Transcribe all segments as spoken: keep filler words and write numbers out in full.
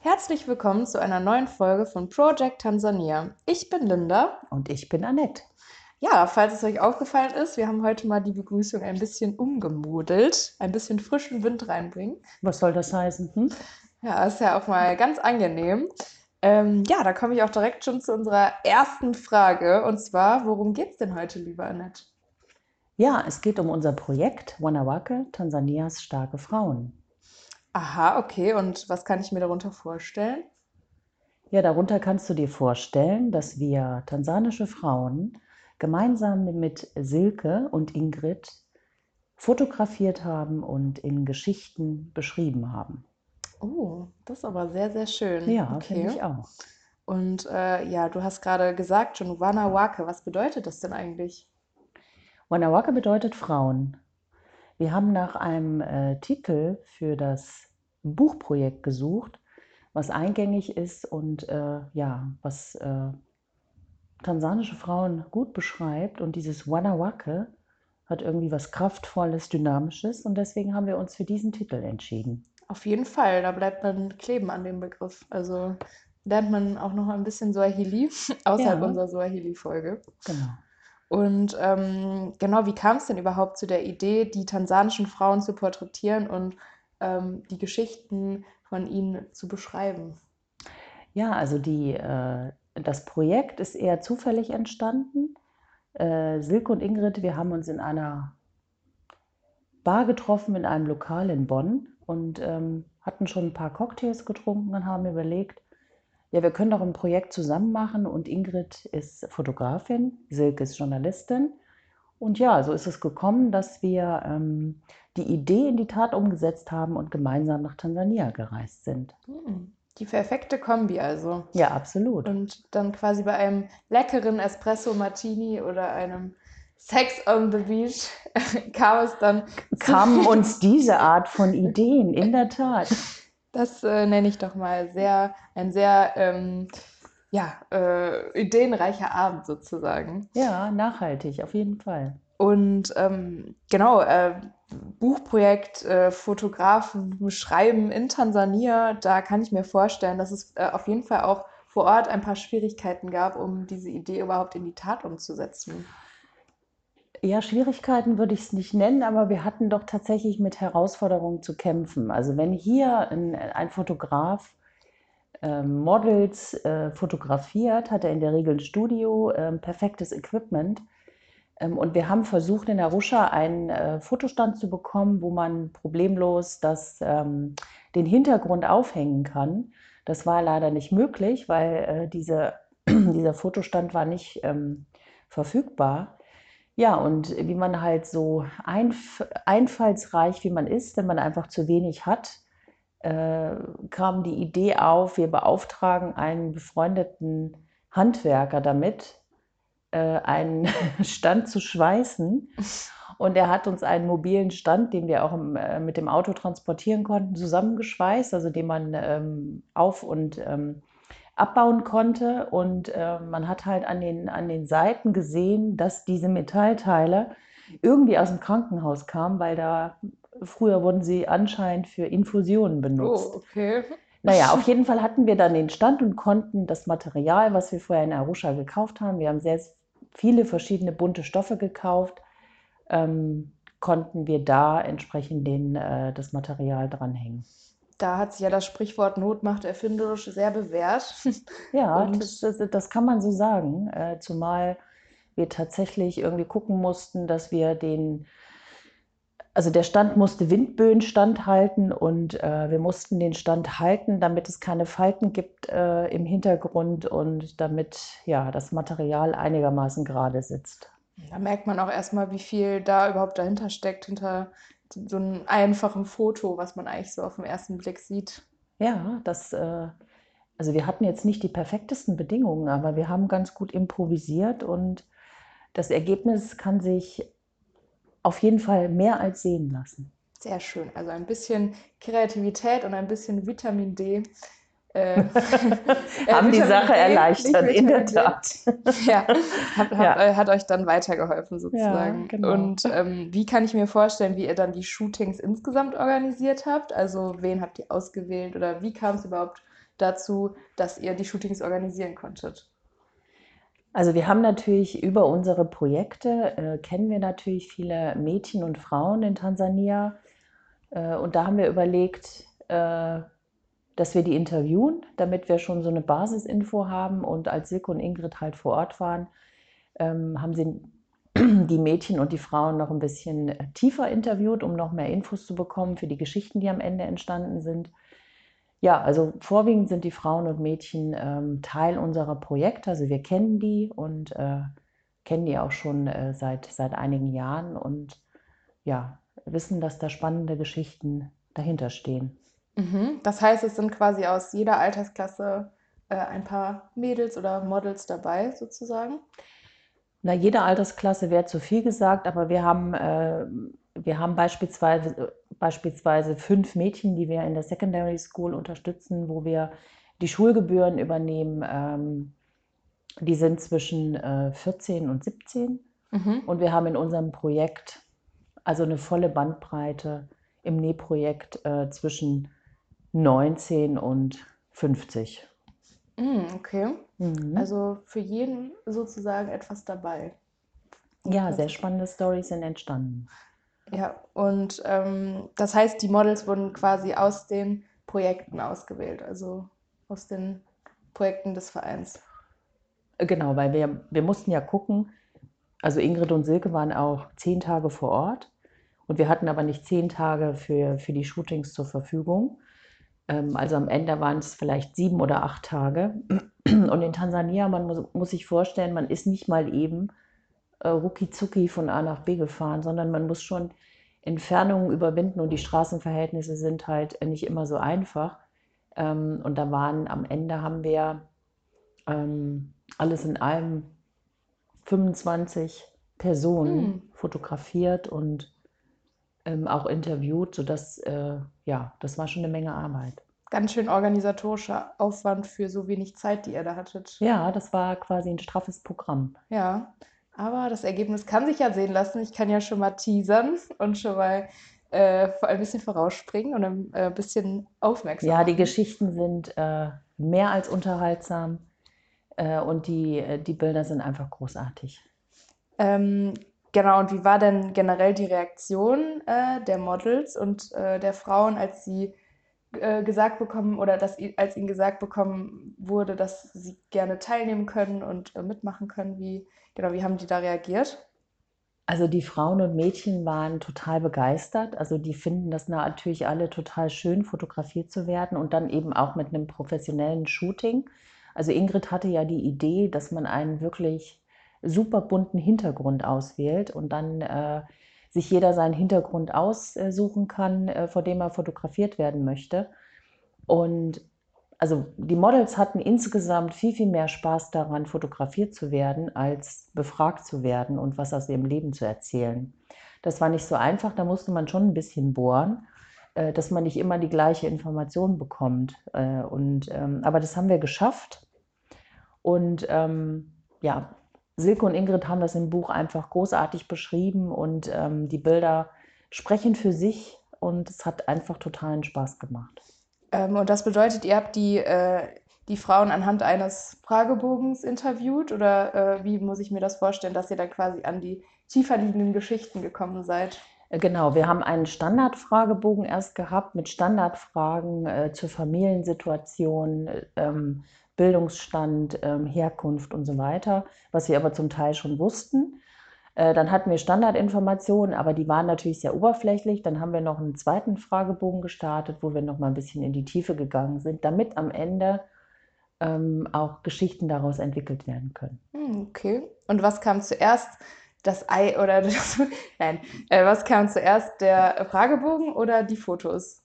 Herzlich willkommen zu einer neuen Folge von Project Tansania. Ich bin Linda. Und ich bin Annette. Ja, falls es euch aufgefallen ist, wir haben heute mal die Begrüßung ein bisschen umgemodelt, ein bisschen frischen Wind reinbringen. Was soll das heißen? Hm? Ja, ist ja auch mal ganz angenehm. Ähm, ja, da komme ich auch direkt schon zu unserer ersten Frage. Und zwar, worum geht's denn heute, liebe Annette? Ja, es geht um unser Projekt Wanawake, Tansanias starke Frauen. Aha, okay. Und was kann ich mir darunter vorstellen? Ja, darunter kannst du dir vorstellen, dass wir tansanische Frauen gemeinsam mit Silke und Ingrid fotografiert haben und in Geschichten beschrieben haben. Oh, das ist aber sehr, sehr schön. Ja, finde Okay. ich auch. Und äh, ja, du hast gerade gesagt schon, Wanawake. Was bedeutet das denn eigentlich? Wanawake bedeutet Frauen. Wir haben nach einem äh, Titel für das Buchprojekt gesucht, was eingängig ist und äh, ja, was äh, tansanische Frauen gut beschreibt. Und dieses Wanawake hat irgendwie was Kraftvolles, Dynamisches und deswegen haben wir uns für diesen Titel entschieden. Auf jeden Fall, da bleibt man kleben an dem Begriff. Also lernt man auch noch ein bisschen Swahili außerhalb Ja, unserer Swahili-Folge. genau. Und ähm, genau, wie kam es denn überhaupt zu der Idee, die tansanischen Frauen zu porträtieren und ähm, die Geschichten von ihnen zu beschreiben? Ja, also die, äh, das Projekt ist eher zufällig entstanden. Äh, Silke und Ingrid, wir haben uns in einer Bar getroffen, in einem Lokal in Bonn und ähm, hatten schon ein paar Cocktails getrunken und haben überlegt, ja, wir können doch ein Projekt zusammen machen und Ingrid ist Fotografin, Silke ist Journalistin. Und ja, so ist es gekommen, dass wir ähm, die Idee in die Tat umgesetzt haben und gemeinsam nach Tansania gereist sind. Hm, die perfekte Kombi also. Ja, absolut. Und dann quasi bei einem leckeren Espresso Martini oder einem Sex on the Beach kam es dann zu. Kamen uns diese Art von Ideen, in der Tat. Das äh, nenne ich doch mal sehr, ein sehr ähm, ja, äh, ideenreicher Abend sozusagen. Ja, nachhaltig, auf jeden Fall. Und ähm, genau, äh, Buchprojekt, äh, Fotografen beschreiben in Tansania, da kann ich mir vorstellen, dass es äh, auf jeden Fall auch vor Ort ein paar Schwierigkeiten gab, um diese Idee überhaupt in die Tat umzusetzen. Ja, Schwierigkeiten würde ich es nicht nennen, aber wir hatten doch tatsächlich mit Herausforderungen zu kämpfen. Also wenn hier ein, ein Fotograf ähm, Models äh, fotografiert, hat er in der Regel ein Studio, ähm, perfektes Equipment. Ähm, und wir haben versucht, in Arusha einen äh, Fotostand zu bekommen, wo man problemlos das, ähm, den Hintergrund aufhängen kann. Das war leider nicht möglich, weil äh, diese, dieser Fotostand war nicht ähm, verfügbar. Ja, und wie man halt so einf einfallsreich wie man ist, wenn man einfach zu wenig hat, äh, kam die Idee auf, wir beauftragen einen befreundeten Handwerker damit, äh, einen Stand zu schweißen. Und er hat uns einen mobilen Stand, den wir auch im, äh, mit dem Auto transportieren konnten, zusammengeschweißt, also den man ähm, auf- und ähm, abbauen konnte. Und äh, man hat halt an den, an den Seiten gesehen, dass diese Metallteile irgendwie aus dem Krankenhaus kamen, weil da früher wurden sie anscheinend für Infusionen Oh, benutzt. okay. Naja, auf jeden Fall hatten wir dann den Stand und konnten das Material, was wir vorher in Arusha gekauft haben, wir haben sehr viele verschiedene bunte Stoffe gekauft, ähm, konnten wir da entsprechend den, äh, das Material dranhängen. Da hat sich ja das Sprichwort Not macht erfinderisch sehr bewährt. Ja, das, Und das, das kann man so sagen, äh, zumal wir tatsächlich irgendwie gucken mussten, dass wir den, also der Stand musste Windböen standhalten und äh, wir mussten den Stand halten, damit es keine Falten gibt äh, im Hintergrund und damit ja das Material einigermaßen gerade sitzt. da merkt man auch erstmal, wie viel da überhaupt dahinter steckt, hinter so einem einfachen Foto, was man eigentlich so auf den ersten Blick sieht. Ja, das, äh, also wir hatten jetzt nicht die perfektesten Bedingungen, aber wir haben ganz gut improvisiert und das Ergebnis kann sich auf jeden Fall mehr als sehen lassen. Sehr schön. Also ein bisschen Kreativität und ein bisschen Vitamin D äh, äh, Haben die Vitamin Sache D, nicht erleichtert, in der Vitamin D. Tat. Ja, hat, hat, Ja, äh, hat euch dann weitergeholfen ja, sozusagen. genau. Und ähm, wie kann ich mir vorstellen, wie ihr dann die Shootings insgesamt organisiert habt? Also wen habt ihr ausgewählt oder wie kam es überhaupt dazu, dass ihr die Shootings organisieren konntet? Also wir haben natürlich über unsere Projekte, äh, kennen wir natürlich viele Mädchen und Frauen in Tansania. Äh, und da haben wir überlegt, äh, dass wir die interviewen, damit wir schon so eine Basisinfo haben. Und als Silke und Ingrid halt vor Ort waren, ähm, haben sie die Mädchen und die Frauen noch ein bisschen tiefer interviewt, um noch mehr Infos zu bekommen für die Geschichten, die am Ende entstanden sind. Ja, also vorwiegend sind die Frauen und Mädchen ähm, Teil unserer Projekte. Also wir kennen die und äh, kennen die auch schon äh, seit, seit einigen Jahren und ja, wissen, dass da spannende Geschichten dahinter stehen. Mhm. Das heißt, es sind quasi aus jeder Altersklasse äh, ein paar Mädels oder Models dabei sozusagen. Na, jede Altersklasse wäre zu viel gesagt, aber wir haben, äh, wir haben beispielsweise, beispielsweise fünf Mädchen, die wir in der Secondary School unterstützen, wo wir die Schulgebühren übernehmen. Ähm, die sind zwischen äh, vierzehn und siebzehn. Mhm. Und wir haben in unserem Projekt also eine volle Bandbreite im Nähprojekt äh, zwischen neunzehn und fünfzig. Mm, okay. Mhm. Also für jeden sozusagen etwas dabei. Und Ja, sehr das, spannende Storys sind entstanden. ja, und ähm, das heißt, die Models wurden quasi aus den Projekten ausgewählt, also aus den Projekten des Vereins. Äh, Genau, weil wir, wir mussten ja gucken, also Ingrid und Silke waren auch zehn Tage vor Ort und wir hatten aber nicht zehn Tage für, für die Shootings zur Verfügung. Ähm, also am Ende waren es vielleicht sieben oder acht Tage. Und in Tansania, man muss, muss sich vorstellen, man ist nicht mal eben äh, rucki zucki von A nach B gefahren, sondern man muss schon Entfernungen überwinden und die Straßenverhältnisse sind halt nicht immer so einfach. Ähm, und da waren am Ende haben wir ähm, alles in allem fünfundzwanzig Hm, Personen fotografiert und ähm, auch interviewt, sodass, äh, ja, das war schon eine Menge Arbeit. ganz schön organisatorischer Aufwand für so wenig Zeit, die ihr da hattet. Ja, das war quasi ein straffes Programm. Ja, aber das Ergebnis kann sich ja sehen lassen. Ich kann ja schon mal teasern und schon mal äh, ein bisschen vorausspringen und ein äh, bisschen aufmerksam Ja, die machen. Geschichten sind äh, mehr als unterhaltsam äh, und die, äh, die Bilder sind einfach großartig. Ähm, genau, und wie war denn generell die Reaktion äh, der Models und äh, der Frauen, als sie äh, gesagt bekommen oder dass, i- als ihnen gesagt bekommen wurde, dass sie gerne teilnehmen können und äh, mitmachen können? Wie, genau, wie haben die da reagiert? Also die Frauen und Mädchen waren total begeistert. Also die finden das natürlich alle total schön, fotografiert zu werden und dann eben auch mit einem professionellen Shooting. Also Ingrid hatte ja die Idee, dass man einen wirklich super bunten Hintergrund auswählt und dann äh, sich jeder seinen Hintergrund aussuchen kann, äh, vor dem er fotografiert werden möchte. Und also die Models hatten insgesamt viel, viel mehr Spaß daran, fotografiert zu werden, als befragt zu werden und was aus ihrem Leben zu erzählen. Das war nicht so einfach, da musste man schon ein bisschen bohren, äh, dass man nicht immer die gleiche Information bekommt. Äh, und, ähm, aber das haben wir geschafft. Und ähm, ja, Silke und Ingrid haben das im Buch einfach großartig beschrieben und ähm, die Bilder sprechen für sich und es hat einfach totalen Spaß gemacht. Ähm, und das bedeutet, ihr habt die, äh, die Frauen anhand eines Fragebogens interviewt oder äh, wie muss ich mir das vorstellen, dass ihr dann quasi an die tiefer liegenden Geschichten gekommen seid? Genau, wir haben einen Standardfragebogen erst gehabt mit Standardfragen äh, zur Familiensituation, ähm, Bildungsstand, ähm, Herkunft und so weiter, was wir aber zum Teil schon wussten. Äh, dann hatten wir Standardinformationen, aber die waren natürlich sehr oberflächlich. Dann haben wir noch einen zweiten Fragebogen gestartet, wo wir noch mal ein bisschen in die Tiefe gegangen sind, damit am Ende ähm, auch Geschichten daraus entwickelt werden können. Hm, okay. Und was kam zuerst? Das Ei oder das, nein, äh, was kam zuerst, der Fragebogen oder die Fotos?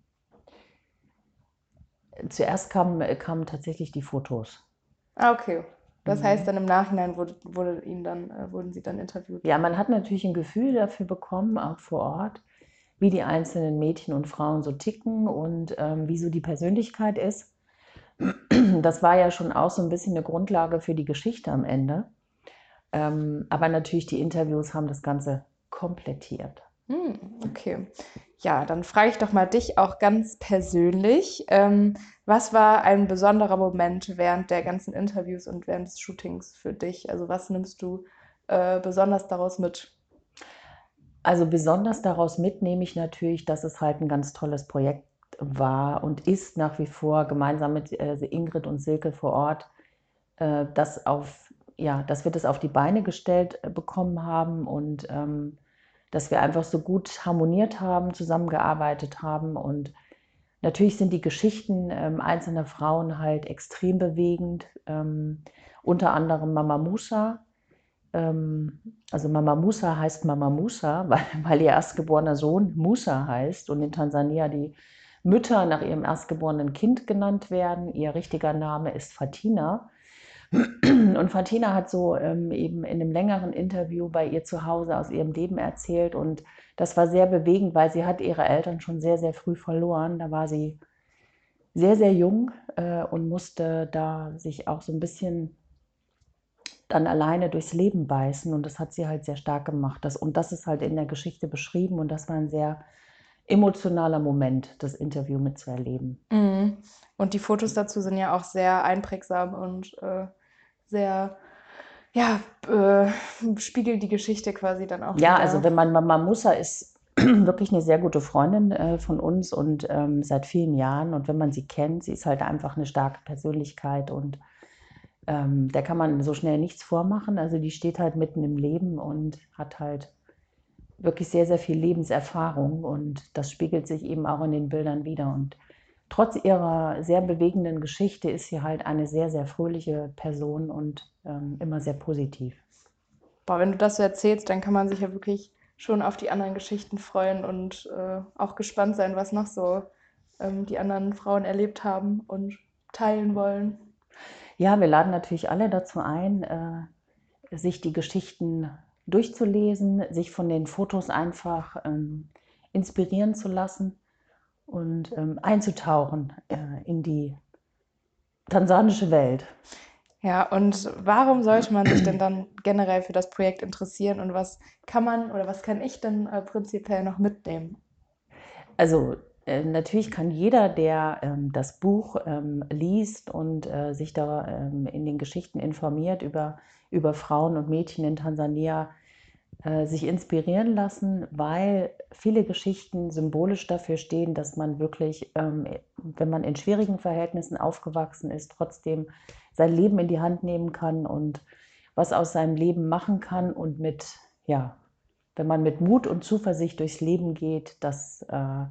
Zuerst kamen, kamen tatsächlich die Fotos. Ah, okay. Das heißt, Mhm. dann im Nachhinein wurde, wurde ihnen dann, äh, wurden sie dann interviewt. Ja, man hat natürlich ein Gefühl dafür bekommen, auch vor Ort, wie die einzelnen Mädchen und Frauen so ticken und ähm, wie so die Persönlichkeit ist. Das war ja schon auch so ein bisschen eine Grundlage für die Geschichte am Ende. Ähm, aber natürlich die Interviews haben das Ganze komplettiert. Hm, okay. Ja, dann frage ich doch mal dich auch ganz persönlich. Ähm, was war ein besonderer Moment während der ganzen Interviews und während des Shootings für dich? Also was nimmst du äh, besonders daraus mit? Also besonders daraus mit nehme ich natürlich, dass es halt ein ganz tolles Projekt war und ist nach wie vor gemeinsam mit äh, Ingrid und Silke vor Ort, äh, das auf, ja, dass wir das auf die Beine gestellt äh, bekommen haben und ähm, dass wir einfach so gut harmoniert haben, zusammengearbeitet haben. Und natürlich sind die Geschichten ähm, einzelner Frauen halt extrem bewegend. Ähm, unter anderem Mama Musa. Ähm, also Mama Musa heißt Mama Musa, weil, weil ihr erstgeborener Sohn Musa heißt und in Tansania die Mütter nach ihrem erstgeborenen Kind genannt werden. Ihr richtiger Name ist Fatina. Und Fatina hat so ähm, eben in einem längeren Interview bei ihr zu Hause aus ihrem Leben erzählt und das war sehr bewegend, weil sie hat ihre Eltern schon sehr, sehr früh verloren. Da war sie sehr, sehr jung äh, und musste da sich auch so ein bisschen dann alleine durchs Leben beißen und das hat sie halt sehr stark gemacht. Das, und das ist halt in der Geschichte beschrieben und das war ein sehr emotionaler Moment, das Interview mitzuerleben. Mhm. Und die Fotos dazu sind ja auch sehr einprägsam und äh, sehr, ja, äh, spiegeln die Geschichte quasi dann auch Ja, also wieder. wenn man Mama Musa ist wirklich eine sehr gute Freundin äh, von uns und ähm, seit vielen Jahren und wenn man sie kennt, sie ist halt einfach eine starke Persönlichkeit und ähm, der kann man so schnell nichts vormachen. Also die steht halt mitten im Leben und hat halt wirklich sehr, sehr viel Lebenserfahrung und das spiegelt sich eben auch in den Bildern wider. Und trotz ihrer sehr bewegenden Geschichte ist sie halt eine sehr, sehr fröhliche Person und ähm, immer sehr positiv. Boah, wenn du das so erzählst, dann kann man sich ja wirklich schon auf die anderen Geschichten freuen und äh, auch gespannt sein, was noch so ähm, die anderen Frauen erlebt haben und teilen wollen. Ja, wir laden natürlich alle dazu ein, äh, sich die Geschichten durchzulesen, sich von den Fotos einfach ähm, inspirieren zu lassen und ähm, einzutauchen äh, in die tansanische Welt. Ja, und warum sollte man sich denn dann generell für das Projekt interessieren und was kann man oder was kann ich denn äh, prinzipiell noch mitnehmen? Also äh, natürlich kann jeder, der ähm, das Buch ähm, liest und äh, sich da ähm, in den Geschichten informiert über, über Frauen und Mädchen in Tansania, äh, sich inspirieren lassen, weil viele Geschichten symbolisch dafür stehen, dass man wirklich, ähm, wenn man in schwierigen Verhältnissen aufgewachsen ist, trotzdem sein Leben in die Hand nehmen kann und was aus seinem Leben machen kann und mit, ja, wenn man mit Mut und Zuversicht durchs Leben geht, dass, äh,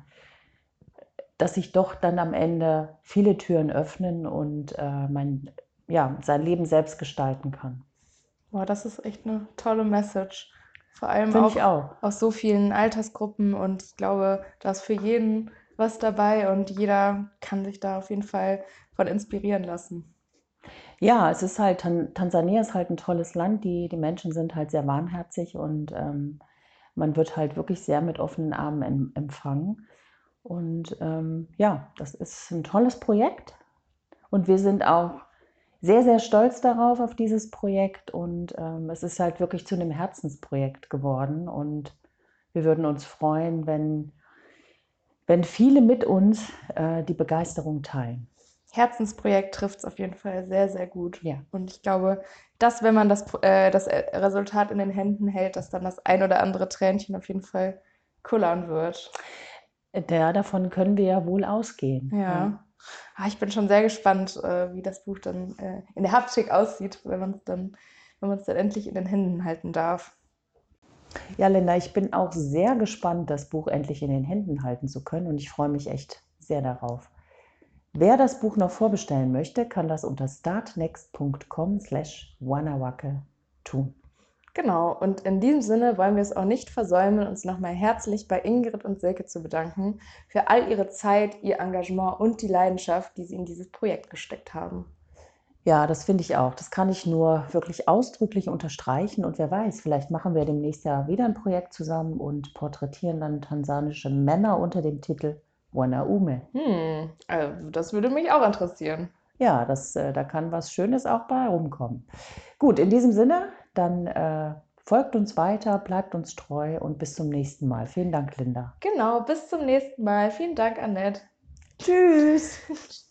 dass sich doch dann am Ende viele Türen öffnen und äh, man ja, sein Leben selbst gestalten kann. Boah, das ist echt eine tolle Message. Vor allem Finde ich auch auch. aus so vielen Altersgruppen und ich glaube, da ist für jeden was dabei und jeder kann sich da auf jeden Fall von inspirieren lassen. Ja, es ist halt, Tan Tansania ist halt ein tolles Land. Die, die Menschen sind halt sehr warmherzig und ähm, man wird halt wirklich sehr mit offenen Armen em empfangen. Und ähm, ja, das ist ein tolles Projekt. Und wir sind auch sehr, sehr stolz darauf, auf dieses Projekt. Und ähm, es ist halt wirklich zu einem Herzensprojekt geworden. Und wir würden uns freuen, wenn, wenn viele mit uns äh, die Begeisterung teilen. Herzensprojekt trifft es auf jeden Fall sehr, sehr gut. Ja. Und ich glaube, dass wenn man das, äh, das Resultat in den Händen hält, dass dann das ein oder andere Tränchen auf jeden Fall kullern wird. Der, davon können wir ja wohl ausgehen. Ja. Ja. Ah, ich bin schon sehr gespannt, äh, wie das Buch dann äh, in der Haptik aussieht, wenn man es dann, wenn man es dann endlich in den Händen halten darf. Ja, Linda, ich bin auch sehr gespannt, das Buch endlich in den Händen halten zu können und ich freue mich echt sehr darauf. Wer das Buch noch vorbestellen möchte, kann das unter startnext punkt com slash wanawake tun. Genau, und in diesem Sinne wollen wir es auch nicht versäumen, uns nochmal herzlich bei Ingrid und Silke zu bedanken für all ihre Zeit, ihr Engagement und die Leidenschaft, die sie in dieses Projekt gesteckt haben. Ja, das finde ich auch. Das kann ich nur wirklich ausdrücklich unterstreichen. Und wer weiß, vielleicht machen wir demnächst ja wieder ein Projekt zusammen und porträtieren dann tansanische Männer unter dem Titel Wanaume. Hm, also das würde mich auch interessieren. ja, das, äh, da kann was Schönes auch bei rumkommen. Gut, in diesem Sinne, dann äh, folgt uns weiter, bleibt uns treu und bis zum nächsten Mal. Vielen Dank, Linda. Genau, bis zum nächsten Mal. Vielen Dank, Annette. Tschüss.